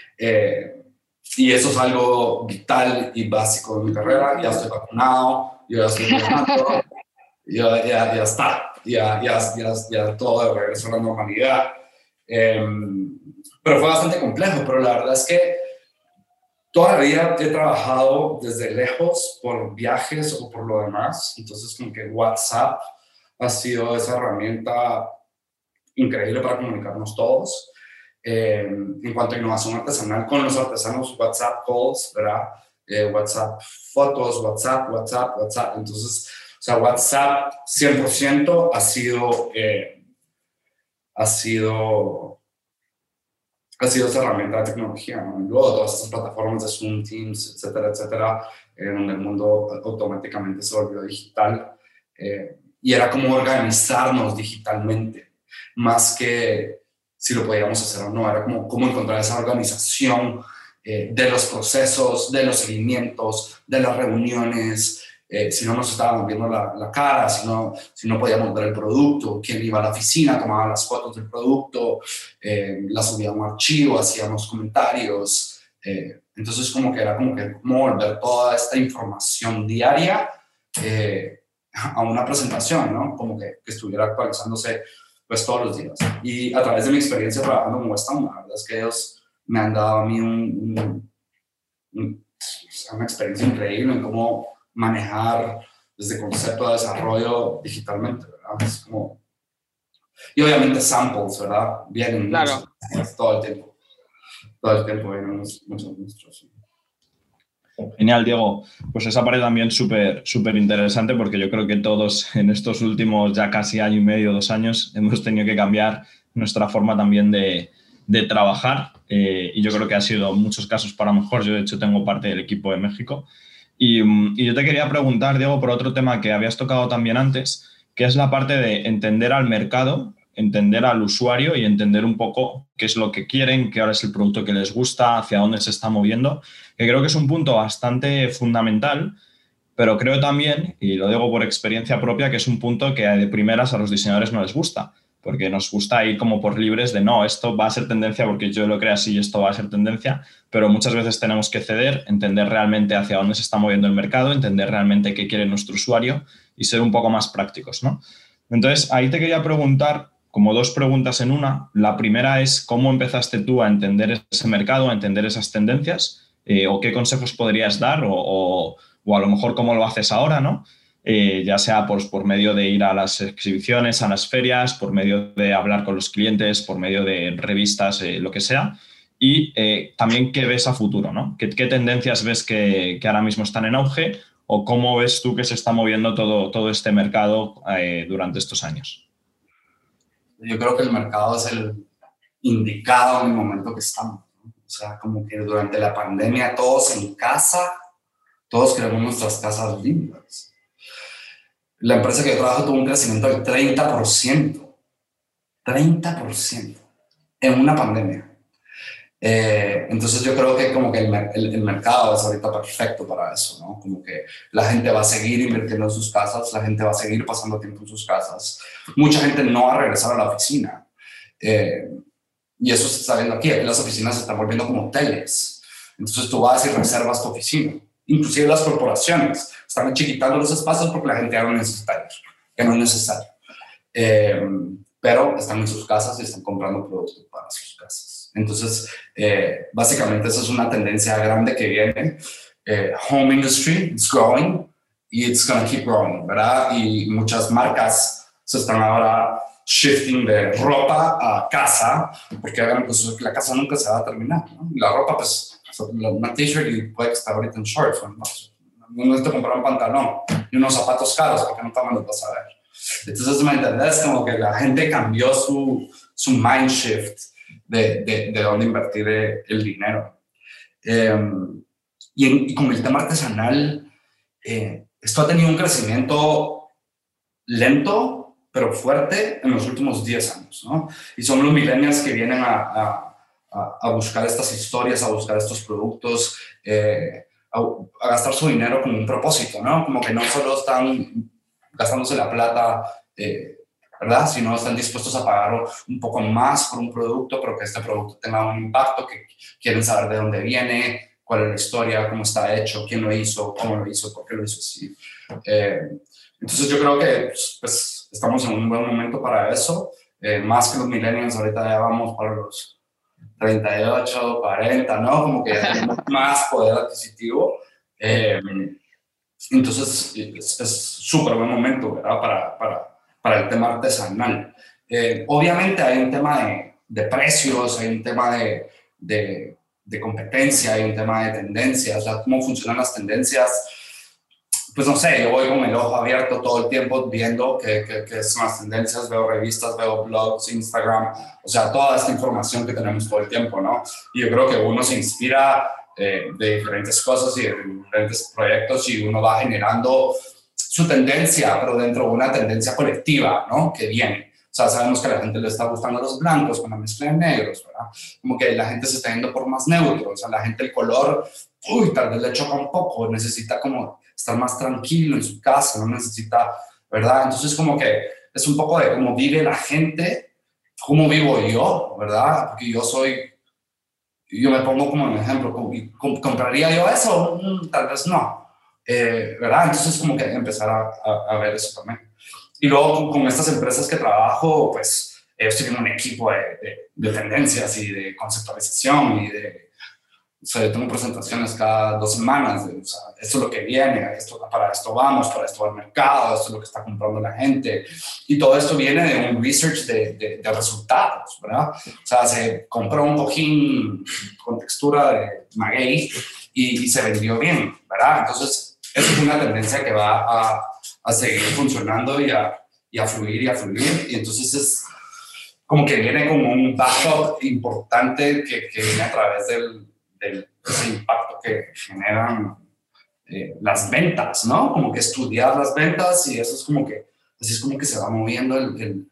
S3: Y eso es algo vital y básico de mi carrera. Ya estoy vacunado, yo ya estoy trabajando, ya está, ya todo de regreso a la normalidad. Pero fue bastante complejo, pero la verdad es que toda la vida he trabajado desde lejos por viajes o por lo demás. Entonces, como que WhatsApp ha sido esa herramienta increíble para comunicarnos todos. En cuanto a innovación artesanal con los artesanos, WhatsApp calls, ¿verdad? WhatsApp fotos, WhatsApp. Entonces, o sea, WhatsApp 100% ha sido esa herramienta de tecnología, ¿no? Y luego todas esas plataformas de Zoom, Teams, etcétera, donde el mundo automáticamente se volvió digital. Y era como organizarnos digitalmente, más que si lo podíamos hacer o no. Era como cómo encontrar esa organización de los procesos, de los seguimientos, de las reuniones. Si no nos estábamos viendo la cara, si no podíamos ver el producto, quién iba a la oficina, tomaba las fotos del producto, las subía a un archivo, hacíamos comentarios. Entonces como que era como volver toda esta información diaria a una presentación, ¿no? Como que estuviera actualizándose pues todos los días. Y a través de mi experiencia trabajando con Weston, la verdad es que ellos me han dado a mí una experiencia increíble en cómo manejar desde concepto a desarrollo digitalmente, ¿verdad? Es como... Y obviamente samples, ¿verdad? Vienen
S1: claro.
S3: todo el tiempo vienen muchos nuestros.
S2: Genial, Diego. Pues esa parte también súper interesante, porque yo creo que todos en estos últimos ya casi año y medio, 2 años, hemos tenido que cambiar nuestra forma también de trabajar, y yo creo que ha sido en muchos casos para mejor. Yo, de hecho, tengo parte del equipo de México. Y yo te quería preguntar, Diego, por otro tema que habías tocado también antes, que es la parte de entender al mercado, entender al usuario y entender un poco qué es lo que quieren, qué ahora es el producto que les gusta, hacia dónde se está moviendo, que creo que es un punto bastante fundamental, pero creo también, y lo digo por experiencia propia, que es un punto que de primeras a los diseñadores no les gusta, porque nos gusta ir como por libres de no, esto va a ser tendencia porque yo lo creo así y esto va a ser tendencia, pero muchas veces tenemos que ceder, entender realmente hacia dónde se está moviendo el mercado, entender realmente qué quiere nuestro usuario y ser un poco más prácticos, ¿no? Entonces, ahí te quería preguntar, como 2 preguntas en una. La primera es, ¿cómo empezaste tú a entender ese mercado, a entender esas tendencias? ¿O qué consejos podrías dar? O a lo mejor cómo lo haces ahora, ¿no? Ya sea por medio de ir a las exhibiciones, a las ferias, por medio de hablar con los clientes, por medio de revistas, lo que sea. Y también qué ves a futuro, ¿no? ¿Qué tendencias ves que ahora mismo están en auge? ¿O cómo ves tú que se está moviendo todo este mercado durante estos años?
S3: Yo creo que el mercado es el indicado en el momento que estamos, ¿no? O sea, como que durante la pandemia todos en casa, todos queremos nuestras casas limpias. La empresa que yo trabajo tuvo un crecimiento del 30%. 30% en una pandemia. Entonces yo creo que como que el mercado es ahorita perfecto para eso, ¿no? Como que la gente va a seguir invirtiendo en sus casas, la gente va a seguir pasando tiempo en sus casas. Mucha gente no va a regresar a la oficina. Y eso se está viendo aquí las oficinas se están volviendo como hoteles. Entonces tú vas y reservas tu oficina. Inclusive las corporaciones están achiquitando los espacios porque la gente ya no necesita ir, que no es necesario. Pero están en sus casas y están comprando productos para sus casas. Entonces, básicamente esa es una tendencia grande que viene. Home industry, it's growing y it's going to keep growing, ¿verdad? Y muchas marcas se están ahora shifting de ropa a casa, porque pues, la casa nunca se va a terminar, ¿no? Y la ropa, pues, una t-shirt y puede estar ahorita en shorts, ¿no? No necesito comprar un pantalón y unos zapatos caros porque nunca me los vas a ver. Entonces, ¿me entendés? Como que la gente cambió su mind shift de dónde invertir el dinero. Y con el tema artesanal, esto ha tenido un crecimiento lento, pero fuerte en los últimos 10 años, ¿no? Y son los millennials que vienen a buscar estas historias, a buscar estos productos, a gastar su dinero con un propósito, ¿no? Como que no solo están gastándose la plata ¿verdad? Si no están dispuestos a pagar un poco más por un producto, pero que este producto tenga un impacto, que quieren saber de dónde viene, cuál es la historia, cómo está hecho, quién lo hizo, cómo lo hizo, por qué lo hizo así. Entonces yo creo que pues, estamos en un buen momento para eso. Más que los millennials, ahorita ya vamos para los 38, 40, ¿no? Como que ya tenemos más poder adquisitivo. Entonces es súper buen momento, ¿verdad? Para el tema artesanal. Obviamente hay un tema de precios, hay un tema de competencia, hay un tema de tendencias, o sea, cómo funcionan las tendencias. Pues no sé, yo voy con el ojo abierto todo el tiempo viendo qué son las tendencias, veo revistas, veo blogs, Instagram, o sea, toda esta información que tenemos todo el tiempo, ¿no? Y yo creo que uno se inspira de diferentes cosas y de diferentes proyectos y uno va generando su tendencia, pero dentro de una tendencia colectiva, ¿no? Que viene. O sea, sabemos que a la gente le está gustando los blancos con la mezcla de negros, ¿verdad? Como que la gente se está yendo por más neutro, o sea, la gente el color, tal vez le choca un poco, necesita como estar más tranquilo en su casa, no necesita, ¿verdad? Entonces como que es un poco de cómo vive la gente, cómo vivo yo, ¿verdad? Porque yo me pongo como un ejemplo, ¿compraría yo eso? Tal vez no, ¿verdad? Entonces como que empezar a ver eso también. Y luego con estas empresas que trabajo, pues ellos tienen un equipo de tendencias y de conceptualización y o sea, yo tengo presentaciones cada 2 semanas, o sea, esto es lo que viene, para esto vamos, para esto va al mercado, esto es lo que está comprando la gente. Y todo esto viene de un research de resultados, ¿verdad? O sea, se compró un cojín con textura de maguey y se vendió bien, ¿verdad? Entonces, eso es una tendencia que va a seguir funcionando y a fluir y a fluir. Y entonces es como que viene como un backup importante que viene a través ese impacto que generan las ventas, ¿no? Como que estudiar las ventas y eso es como que, así es como que se va moviendo el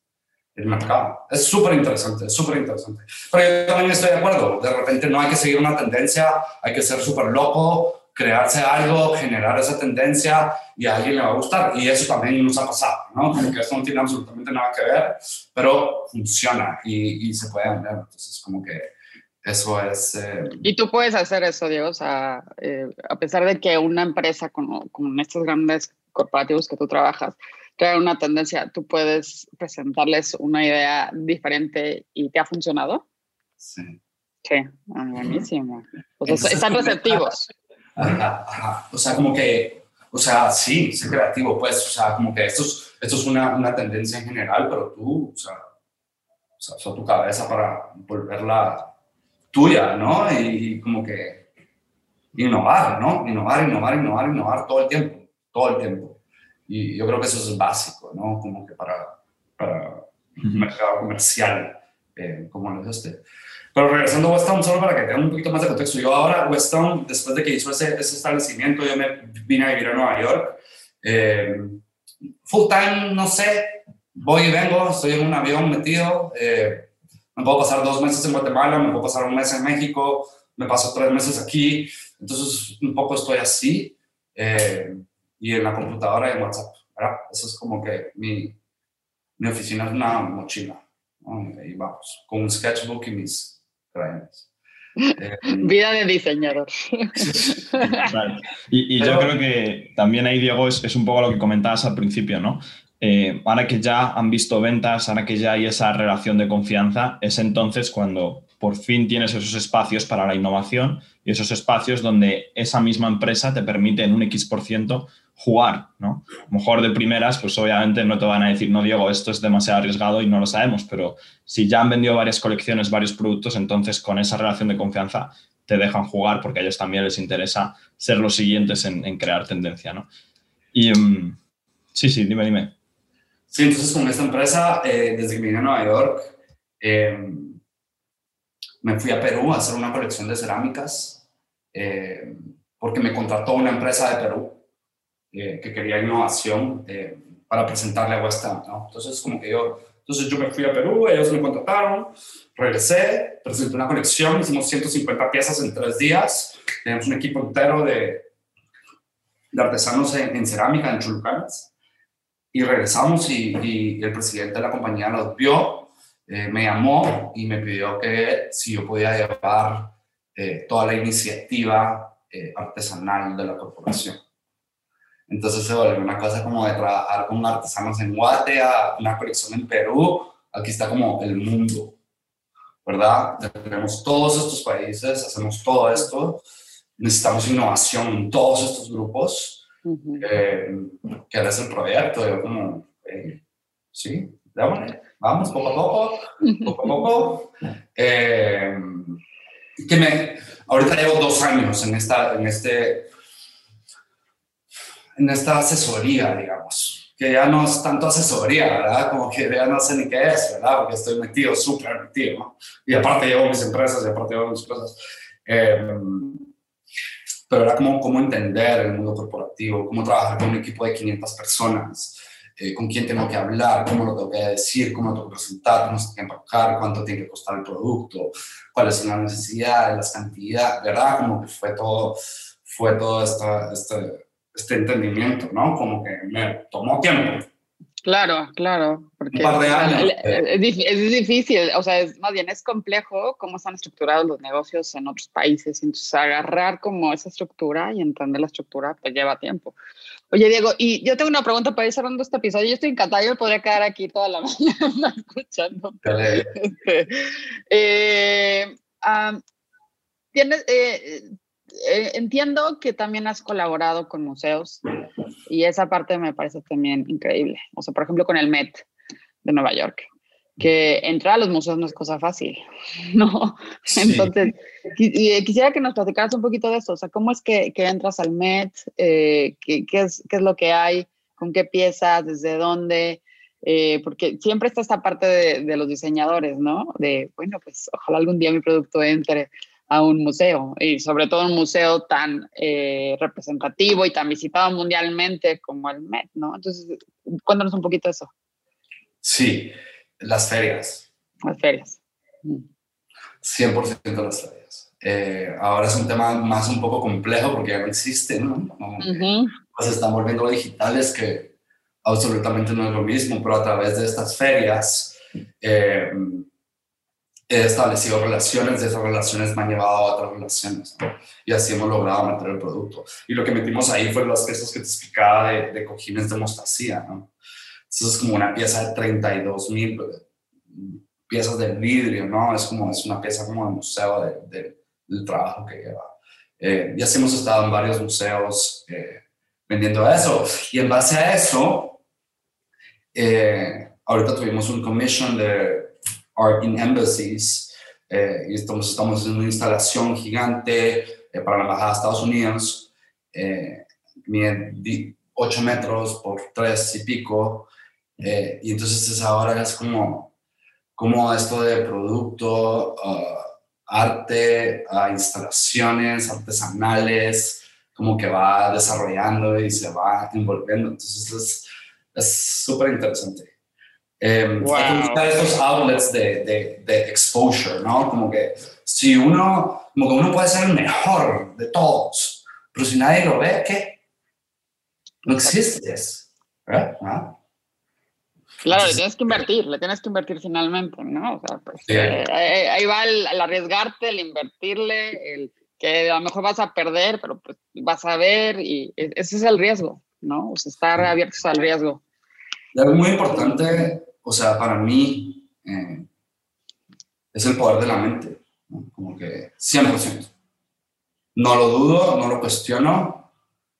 S3: mercado. Es súper interesante, es súper interesante. Pero yo también estoy de acuerdo, de repente no hay que seguir una tendencia, hay que ser súper loco, crearse algo, generar esa tendencia y a alguien le va a gustar. Y eso también nos ha pasado, ¿no? Como que esto no tiene absolutamente nada que ver, pero funciona y se puede vender. Entonces, como que eso es...
S1: Y tú puedes hacer eso, Diego, o sea, a pesar de que una empresa con estos grandes corporativos que tú trabajas trae una tendencia, ¿tú puedes presentarles una idea diferente y te ha funcionado?
S3: Sí.
S1: Sí, buenísimo. O sea, están receptivos.
S3: Ajá. O sea, como que, o sea, sí, ser creativo, pues, o sea, como que esto es una tendencia en general, pero tú, o sea, usa tu cabeza para volverla tuya, ¿no? Y como que innovar, ¿no? Innovar todo el tiempo. Y yo creo que eso es básico, ¿no? Como que para un mercado comercial, como lo es este. Pero regresando a Weston, solo para que tengan un poquito más de contexto. Yo ahora, Weston, después de que hizo ese establecimiento, yo me vine a vivir a Nueva York. Full time, no sé, voy y vengo, estoy en un avión metido. Me puedo pasar 2 meses en Guatemala, me puedo pasar 1 mes en México, me paso 3 meses aquí. Entonces, un poco estoy así. Y en la computadora y en WhatsApp, ¿verdad? Eso es como que mi oficina es una mochila, ¿no? Y vamos, con un sketchbook y mis crayones.
S1: Vida de diseñador.
S2: Claro. Y yo creo que también ahí, Diego, es un poco lo que comentabas al principio, ¿no? Ahora que ya han visto ventas, ahora que ya hay esa relación de confianza, es entonces cuando por fin tienes esos espacios para la innovación y esos espacios donde esa misma empresa te permite en un X% jugar, ¿no? A lo mejor de primeras, pues obviamente no te van a decir, no, Diego, esto es demasiado arriesgado y no lo sabemos, pero si ya han vendido varias colecciones, varios productos, entonces con esa relación de confianza te dejan jugar porque a ellos también les interesa ser los siguientes en crear tendencia, ¿no? Y sí, dime.
S3: Sí, entonces con esta empresa, desde que vine a Nueva York, me fui a Perú a hacer una colección de cerámicas porque me contrató una empresa de Perú que quería innovación para presentarle a Weston, ¿no? Entonces yo me fui a Perú, ellos me contrataron, regresé, presenté una colección, hicimos 150 piezas en 3 días, tenemos un equipo entero de artesanos en cerámica, en Chulucanas. Y regresamos y el presidente de la compañía nos vio, me llamó y me pidió que si yo podía llevar toda la iniciativa artesanal de la corporación. Entonces se volvió una cosa como de trabajar con artesanos en Guate, a una colección en Perú. Aquí está como el mundo, ¿verdad? Tenemos todos estos países, hacemos todo esto. Necesitamos innovación en todos estos grupos. Que eres el proyecto. Yo como, sí, démosle, vamos poco a poco, poco a poco. Ahorita llevo 2 años en esta asesoría, digamos, que ya no es tanto asesoría, ¿verdad? Como que ya no sé ni qué es, ¿verdad? Porque estoy metido, súper metido, ¿no? Y aparte llevo mis empresas, y aparte llevo mis cosas. Pero era como cómo entender el mundo corporativo, cómo trabajar con un equipo de 500 personas, con quién tengo que hablar, cómo lo tengo que decir, cómo lo tengo que presentar, cómo se tiene que empacar, cuánto tiene que costar el producto, cuáles son las necesidades, las cantidades, ¿verdad? Como que fue todo este entendimiento, ¿no? Como que me tomó tiempo.
S1: Claro, claro, porque
S3: un par de años.
S1: Es difícil, o sea, más bien es complejo cómo están estructurados los negocios en otros países, entonces agarrar como esa estructura y entender la estructura pues lleva tiempo. Oye, Diego, y yo tengo una pregunta para ir cerrando este episodio. Yo estoy encantada, yo me podría quedar aquí toda la mañana escuchándote. Entiendo que también has colaborado con museos y esa parte me parece también increíble. O sea, por ejemplo, con el Met de Nueva York, que entrar a los museos no es cosa fácil, ¿no? Sí. Entonces, quisiera que nos platicaras un poquito de eso. O sea, ¿cómo es que entras al Met? ¿Qué es lo que hay? ¿Con qué piezas? ¿Desde dónde? Porque siempre está esta parte de los diseñadores, ¿no? De, bueno, pues ojalá algún día mi producto entre a un museo, y sobre todo un museo tan representativo y tan visitado mundialmente como el Met, ¿no? Entonces, cuéntanos un poquito de eso.
S3: Sí, las ferias.
S1: Las ferias.
S3: 100% las ferias. Ahora es un tema más un poco complejo porque ya no existe, ¿no? Pues se están volviendo digitales, que absolutamente no es lo mismo, pero a través de estas ferias he establecido relaciones, de esas relaciones me han llevado a otras relaciones, ¿no? Y así hemos logrado meter el producto. Y lo que metimos ahí fue las piezas que te explicaba de cojines de mostacía, ¿no? Eso es como una pieza de 32,000 piezas de vidrio, ¿no? Es una pieza como de museo del trabajo que lleva. Y así hemos estado en varios museos vendiendo eso. Y en base a eso, ahorita tuvimos un commission de Art in Embassies, y estamos haciendo una instalación gigante para la Embajada de Estados Unidos, mide 8 metros por 3 y pico, y entonces ahora es como esto de producto, arte, instalaciones artesanales, como que va desarrollando y se va envolviendo, entonces es súper interesante.
S1: Wow.
S3: Hay que buscar estos outlets de exposure, ¿no? Como que uno puede ser el mejor de todos, pero si nadie lo ve, ¿qué? No existes, ¿verdad? ¿Ah?
S1: Claro, le tienes que invertir finalmente, ¿no? O sea, pues, sí. Ahí va el arriesgarte, el invertirle, el que a lo mejor vas a perder, pero pues vas a ver, y ese es el riesgo, ¿no? O sea, estar abiertos al riesgo.
S3: Y algo muy importante, o sea, para mí, es el poder de la mente, ¿no? Como que 100%. No lo dudo, no lo cuestiono,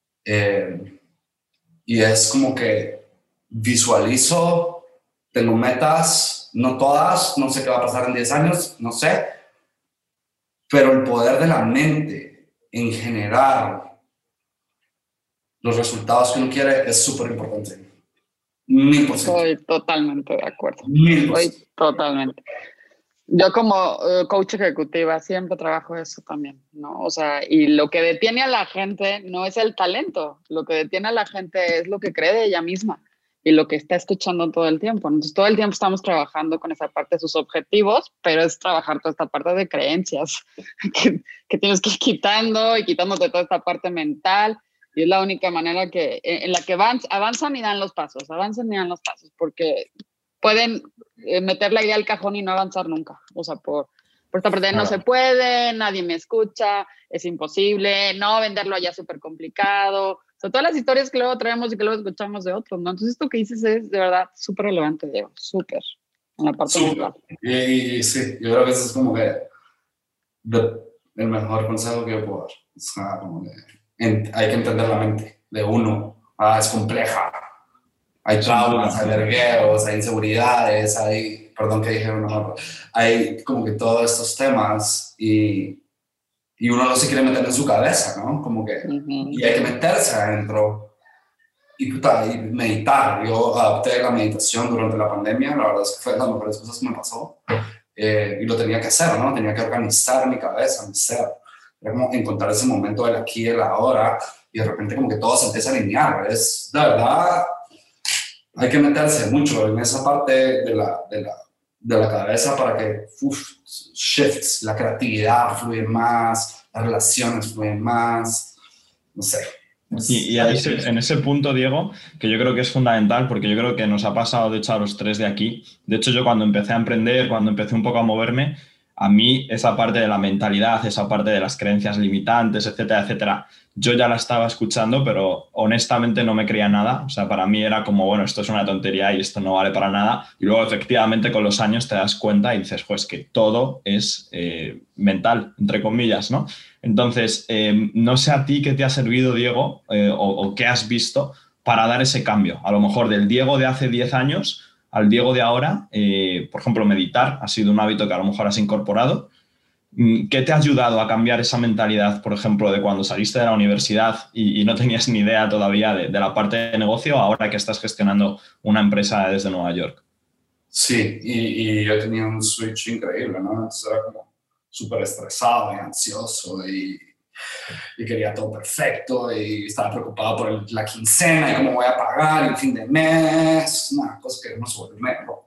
S3: y es como que visualizo, tengo metas, no todas, no sé qué va a pasar en 10 años, no sé, pero el poder de la mente en generar los resultados que uno quiere es súper importante. 1000%.
S1: Estoy totalmente de acuerdo.
S3: 1000%.
S1: Estoy totalmente. Yo como coach ejecutiva siempre trabajo eso también, ¿no? O sea, y lo que detiene a la gente no es el talento, lo que detiene a la gente es lo que cree de ella misma y lo que está escuchando todo el tiempo. Entonces, todo el tiempo estamos trabajando con esa parte de sus objetivos, pero es trabajar toda esta parte de creencias que tienes que ir quitando y quitándote toda esta parte mental Y es la única manera en la que avanzan y dan los pasos, porque pueden meter la idea al cajón y no avanzar nunca. O sea, por esta parte no se puede, nadie me escucha, es imposible, no, venderlo allá es súper complicado. O sea, todas las historias que luego traemos y que luego escuchamos de otros, ¿no? Entonces esto que dices es de verdad súper relevante, Diego, súper, en la parte mental.
S3: Y sí, yo creo que eso es como que el mejor consejo que yo puedo dar. Es como que hay que entender la mente de uno. Es compleja. Hay traumas, hay vergueos, hay inseguridades, perdón que dije uno, hay como que todos estos temas y uno no se quiere meter en su cabeza, ¿no? Como que, y hay que meterse adentro y meditar. Yo adopté la meditación durante la pandemia, la verdad es que fue de las mejores cosas que me pasó. Y lo tenía que hacer, ¿no? Tenía que organizar mi cabeza, mi ser. Era como encontrar ese momento del aquí y el ahora y de repente como que todo se empieza a alinear. Es, de verdad, hay que meterse mucho en esa parte de la cabeza para que shifts, la creatividad fluye más, las relaciones fluyen más, no sé.
S2: Y en ese punto, Diego, que yo creo que es fundamental, porque yo creo que nos ha pasado, de hecho, a los tres de aquí. De hecho, yo cuando empecé a emprender, cuando empecé un poco a moverme, a mí esa parte de la mentalidad, esa parte de las creencias limitantes, etcétera, etcétera, yo ya la estaba escuchando, pero honestamente no me creía nada. O sea, para mí era como, bueno, esto es una tontería y esto no vale para nada. Y luego, efectivamente, con los años te das cuenta y dices, pues que todo es mental, entre comillas, ¿no? Entonces, no sé a ti qué te ha servido, Diego, o qué has visto para dar ese cambio. A lo mejor del Diego de hace 10 años al Diego de ahora, por ejemplo, meditar ha sido un hábito que a lo mejor has incorporado. ¿Qué te ha ayudado a cambiar esa mentalidad, por ejemplo, de cuando saliste de la universidad y no tenías ni idea todavía de la parte de negocio, ahora que estás gestionando una empresa desde Nueva York?
S3: Sí, y yo tenía un switch increíble, ¿no? Entonces era como súper estresado y ansioso y quería todo perfecto y estaba preocupado por la quincena y cómo voy a pagar el fin de mes, una cosa que no se vuelve loco.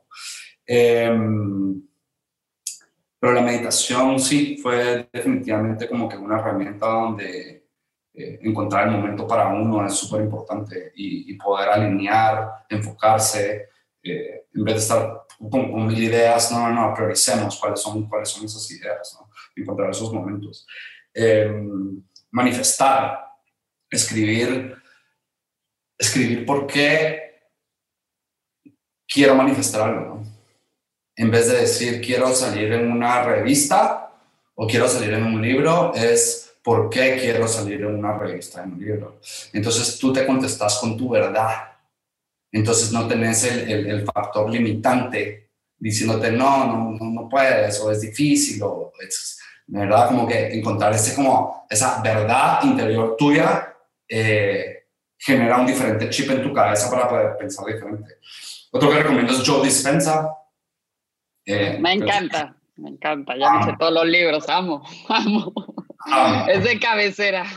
S3: Pero la meditación sí fue definitivamente como que una herramienta donde encontrar el momento para uno es súper importante y poder alinear, enfocarse, en vez de estar con mil ideas, no, prioricemos cuáles son esas ideas, ¿no? Encontrar esos momentos. Manifestar, escribir por qué quiero manifestar algo, ¿no? En vez de decir quiero salir en una revista o quiero salir en un libro, es por qué quiero salir en una revista, en un libro. Entonces tú te contestas con tu verdad. Entonces no tenés el factor limitante diciéndote no puedes o es difícil o es, ¿verdad? Como que encontrar esa verdad interior tuya genera un diferente chip en tu cabeza para poder pensar diferente. Otro que recomiendo es Joe Dispenza.
S1: Me encanta, ya me sé todos los libros, amo. Es de cabecera.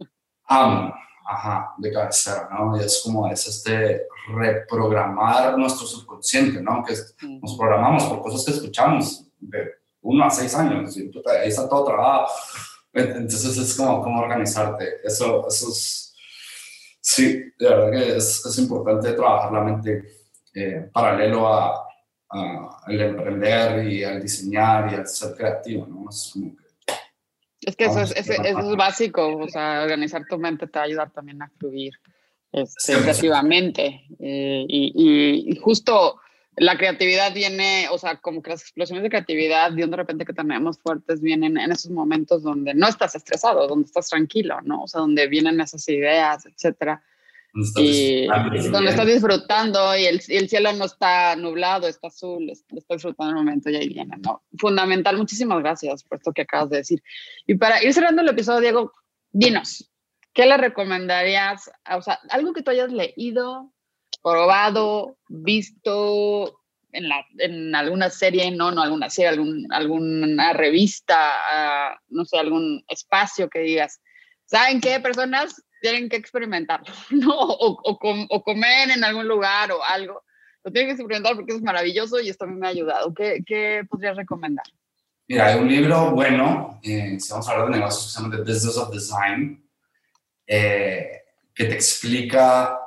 S3: De cabecera, ¿no? Y es como reprogramar nuestro subconsciente, ¿no? Que nos programamos por cosas que escuchamos de 1 a 6 años, y ahí está todo trabado. Entonces es como organizarte. Eso es, sí, de verdad que es importante trabajar la mente paralelo al emprender y al diseñar y al ser creativo, ¿no? Es como que
S1: eso es básico, o sea, organizar tu mente te va a ayudar también a fluir creativamente. Y justo la creatividad viene, o sea, como que las explosiones de creatividad de repente que tenemos fuertes vienen en esos momentos donde no estás estresado, donde estás tranquilo, ¿no? O sea, donde vienen esas ideas, etcétera. Y donde estás disfrutando y el cielo no está nublado, está azul, estás disfrutando el momento y ahí viene, ¿no? Fundamental, muchísimas gracias por esto que acabas de decir. Y para ir cerrando el episodio, Diego, dinos, ¿qué le recomendarías? O sea, algo que tú hayas leído, probado, visto en alguna serie, no alguna serie, alguna revista, no sé, algún espacio que digas, ¿saben qué, personas? Tienen que experimentarlo, ¿no? O comer en algún lugar o algo. Lo tienen que experimentar porque es maravilloso y esto a mí me ha ayudado. ¿Qué podrías recomendar?
S3: Mira, hay un libro bueno, si vamos a hablar de negocios, que se llama The Business of Design, que te explica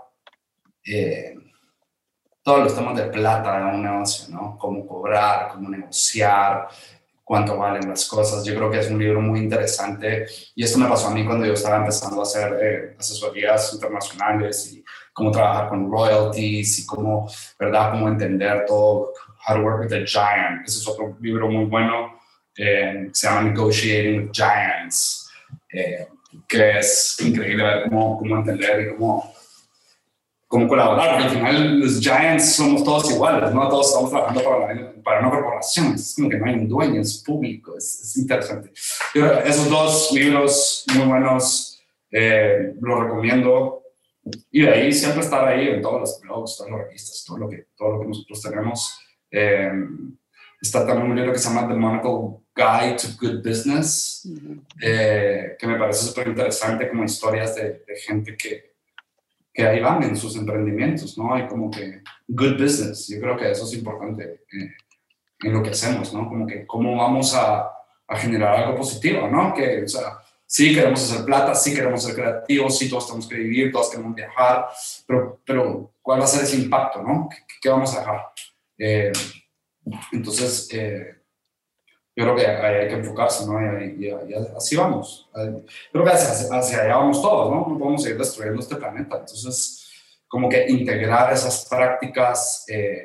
S3: todos los temas de plata de un negocio, ¿no? Cómo cobrar, cómo negociar, cuánto valen las cosas. Yo creo que es un libro muy interesante y esto me pasó a mí cuando yo estaba empezando a hacer asesorías internacionales y cómo trabajar con royalties y cómo, ¿verdad? Cómo entender todo, How to Work with a Giant. Ese es otro libro muy bueno, se llama Negotiating with Giants, que es increíble ver cómo entender y cómo colaborar, porque al final los Giants somos todos iguales, ¿no? Todos estamos trabajando para una corporación, es como que no hay un dueño, es público, es interesante. Esos dos libros muy buenos, los recomiendo, y de ahí siempre estar ahí en todos los blogs, todas las revistas, todo lo que nosotros tenemos. Está también un libro que se llama The Monocle Guide to Good Business, que me parece súper interesante, como historias de gente que ahí van en sus emprendimientos, ¿no? Hay como que good business. Yo creo que eso es importante en lo que hacemos, ¿no? Como que cómo vamos a generar algo positivo, ¿no? Que, o sea, sí queremos hacer plata, sí queremos ser creativos, sí todos tenemos que vivir, todos queremos viajar, pero ¿cuál va a ser ese impacto, no? ¿Qué vamos a dejar? Entonces, yo creo que hay que enfocarse, ¿no? Y así vamos. Creo que hacia allá vamos todos, ¿no? No podemos seguir destruyendo este planeta. Entonces, como que integrar esas prácticas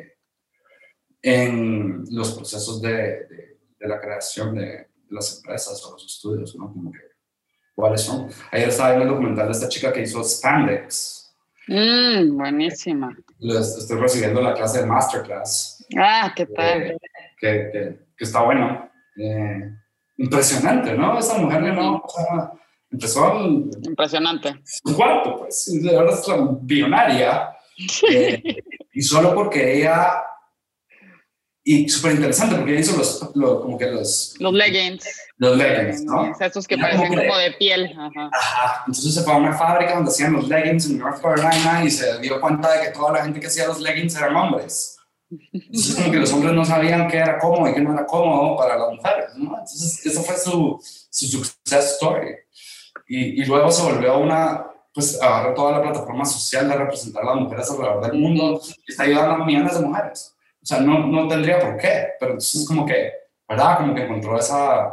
S3: en los procesos de la creación de las empresas o los estudios, ¿no? Como que, ¿cuáles son? Ayer estaba viendo el documental de esta chica que hizo Spandex.
S1: Buenísima.
S3: Estoy recibiendo la clase de Masterclass.
S1: ¿Qué tal?
S3: Que está bueno. Impresionante, ¿no? Esa mujer no, o sea, empezó
S1: impresionante.
S3: Su cuarto, pues, ahora es la billonaria, y solo porque ella, y súper interesante porque ella hizo los leggings. Los leggings, ¿no?
S1: Esos que parecen como de piel.
S3: Ajá. Entonces se fue a una fábrica donde hacían los leggings en North Carolina y se dio cuenta de que toda la gente que hacía los leggings eran hombres. Entonces como que los hombres no sabían qué era cómodo y qué no era cómodo para las mujeres, ¿no? Entonces eso fue su success story. Y luego se volvió pues agarró toda la plataforma social de representar a las mujeres alrededor del mundo y está ayudando a millones de mujeres. O sea, no tendría por qué, pero entonces como que, ¿verdad? Como que encontró esa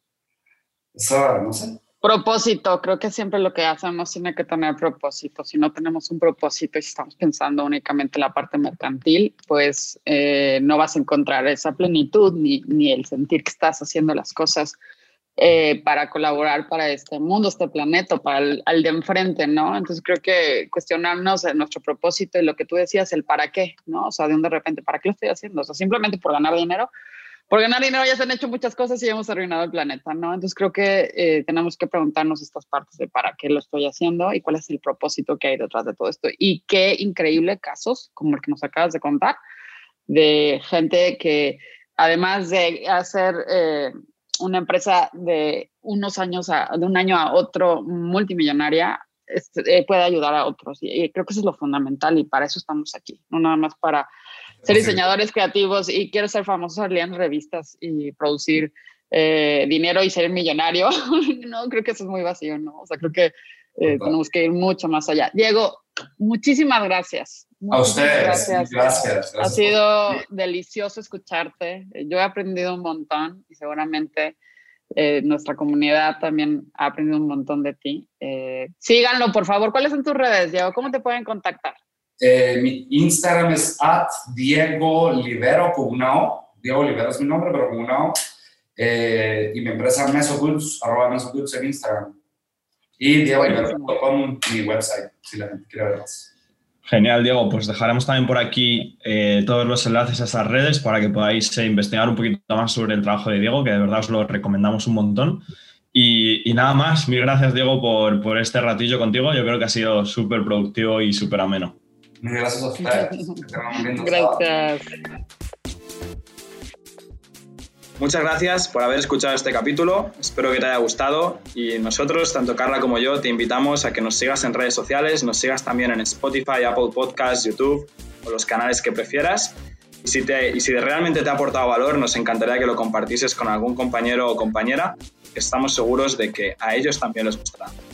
S3: no sé.
S1: Propósito, creo que siempre lo que hacemos tiene que tener propósito. Si no tenemos un propósito y si estamos pensando únicamente en la parte mercantil, pues no vas a encontrar esa plenitud ni el sentir que estás haciendo las cosas para colaborar para este mundo, este planeta, para el de enfrente, ¿no? Entonces creo que cuestionarnos nuestro propósito y lo que tú decías, el para qué, ¿no? O sea, de repente, ¿para qué lo estoy haciendo? O sea, simplemente por ganar dinero. Por ganar dinero ya se han hecho muchas cosas y hemos arruinado el planeta, ¿no? Entonces creo que tenemos que preguntarnos estas partes de para qué lo estoy haciendo y cuál es el propósito que hay detrás de todo esto. Y qué increíble casos, como el que nos acabas de contar, de gente que además de hacer una empresa de unos años, de un año a otro multimillonaria, puede ayudar a otros. Y creo que eso es lo fundamental y para eso estamos aquí, no nada más para ser diseñadores creativos y quiero ser famoso, salir en revistas y producir dinero y ser millonario. No, creo que eso es muy vacío, ¿no? O sea, creo que tenemos que ir mucho más allá. Diego, muchísimas gracias.
S3: A ustedes, gracias.
S1: Ha sido delicioso escucharte. Yo he aprendido un montón y seguramente nuestra comunidad también ha aprendido un montón de ti. Síganlo, por favor. ¿Cuáles son tus redes, Diego? ¿Cómo te pueden contactar?
S3: Mi Instagram es @DiegoLibero con una O. Diego Libero es mi nombre, pero con una O. Y mi empresa Mesogoods, @Mesogoods en Instagram. Y DiegoLibero.com, mi website, si la gente quiere ver más.
S2: Genial, Diego. Pues dejaremos también por aquí todos los enlaces a esas redes para que podáis investigar un poquito más sobre el trabajo de Diego, que de verdad os lo recomendamos un montón. Y nada más, mil gracias, Diego, por este ratillo contigo. Yo creo que ha sido súper productivo y súper ameno.
S3: Mil gracias a ustedes.
S1: Gracias.
S4: Muchas gracias por haber escuchado este capítulo, espero que te haya gustado y nosotros, tanto Carla como yo, te invitamos a que nos sigas en redes sociales, nos sigas también en Spotify, Apple Podcasts, YouTube o los canales que prefieras y si realmente te ha aportado valor, nos encantaría que lo compartieses con algún compañero o compañera, que estamos seguros de que a ellos también les gustará.